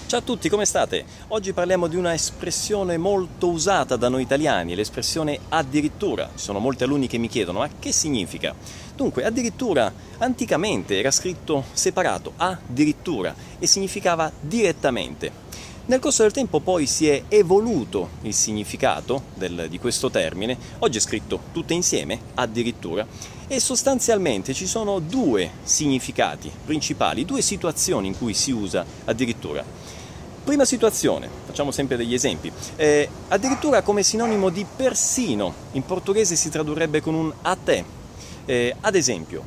Ciao a tutti, come state? Oggi parliamo di una espressione molto usata da noi italiani, l'espressione addirittura. Ci sono molti alunni che mi chiedono, ma che significa? Dunque, addirittura anticamente era scritto separato, addirittura, e significava direttamente. Nel corso del tempo poi si è evoluto il significato di questo termine, oggi è scritto tutte insieme, addirittura, e sostanzialmente ci sono due significati principali, due situazioni in cui si usa addirittura. Prima situazione, facciamo sempre degli esempi, addirittura come sinonimo di persino, in portoghese si tradurrebbe con un até. Ad esempio,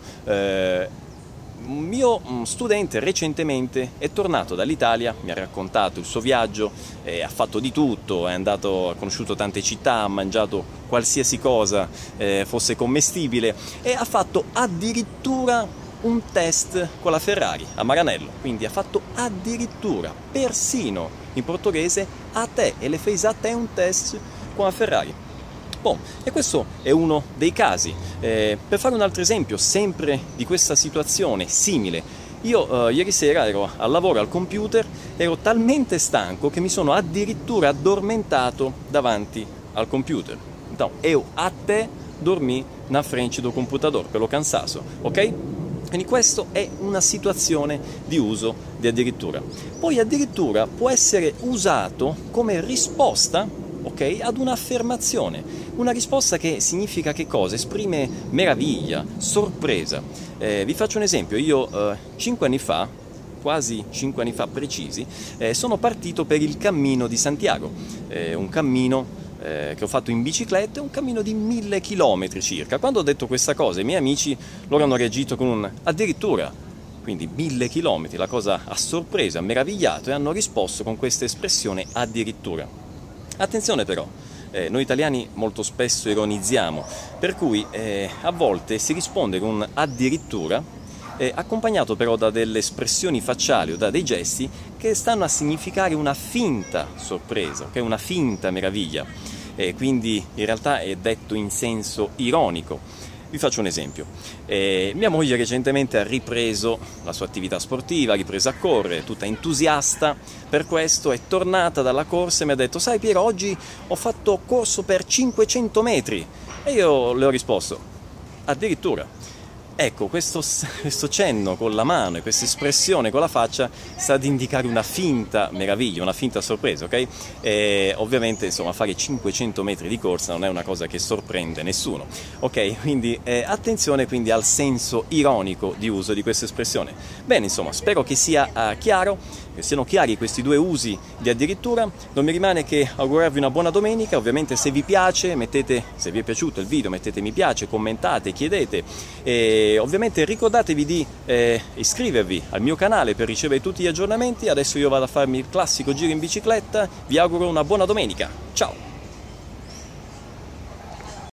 un mio studente recentemente è tornato dall'Italia, mi ha raccontato il suo viaggio, ha fatto di tutto, ha conosciuto tante città, ha mangiato qualsiasi cosa fosse commestibile e ha fatto addirittura un test con la Ferrari a Maranello, quindi ha fatto addirittura, persino in portoghese, até, ele fez até un test con la Ferrari. Bon, e questo è uno dei casi. Per fare un altro esempio, sempre di questa situazione simile, io ieri sera ero al lavoro al computer, ero talmente stanco che mi sono addirittura addormentato davanti al computer. Então, eu até dormi na frente do computador, pelo cansaço, ok? Quindi questa è una situazione di uso di addirittura. Poi addirittura può essere usato come risposta, ok, ad un'affermazione. Una risposta che significa che cosa? Esprime meraviglia, sorpresa. Vi faccio un esempio. Io 5 anni fa, quasi 5 anni fa precisi, sono partito per il Cammino di Santiago, un cammino che ho fatto in bicicletta, un cammino di 1000 chilometri circa. Quando ho detto questa cosa, i miei amici loro hanno reagito con un addirittura, quindi 1000 chilometri, la cosa ha sorpreso, ha meravigliato, e hanno risposto con questa espressione addirittura. Attenzione però, noi italiani molto spesso ironizziamo, per cui a volte si risponde con un addirittura, accompagnato però da delle espressioni facciali o da dei gesti che stanno a significare una finta sorpresa, okay? Una finta meraviglia, quindi in realtà è detto in senso ironico. Vi faccio un esempio. Mia moglie recentemente ha ripreso la sua attività sportiva, ha ripreso a correre, tutta entusiasta per questo, è tornata dalla corsa e mi ha detto: sai Piero, oggi ho fatto corso per 500 metri. E io le ho risposto: addirittura. Ecco, questo cenno con la mano e questa espressione con la faccia sta ad indicare una finta meraviglia, una finta sorpresa, ok? E ovviamente, insomma, fare 500 metri di corsa non è una cosa che sorprende nessuno, ok? Quindi attenzione quindi al senso ironico di uso di questa espressione. Bene, insomma, spero che sia chiaro, che siano chiari questi due usi di addirittura. Non mi rimane che augurarvi una buona domenica. Ovviamente se vi piace, se vi è piaciuto il video, mettete mi piace, commentate, chiedete. E ovviamente ricordatevi di iscrivervi al mio canale per ricevere tutti gli aggiornamenti. Adesso io vado a farmi il classico giro in bicicletta. Vi auguro una buona domenica. Ciao!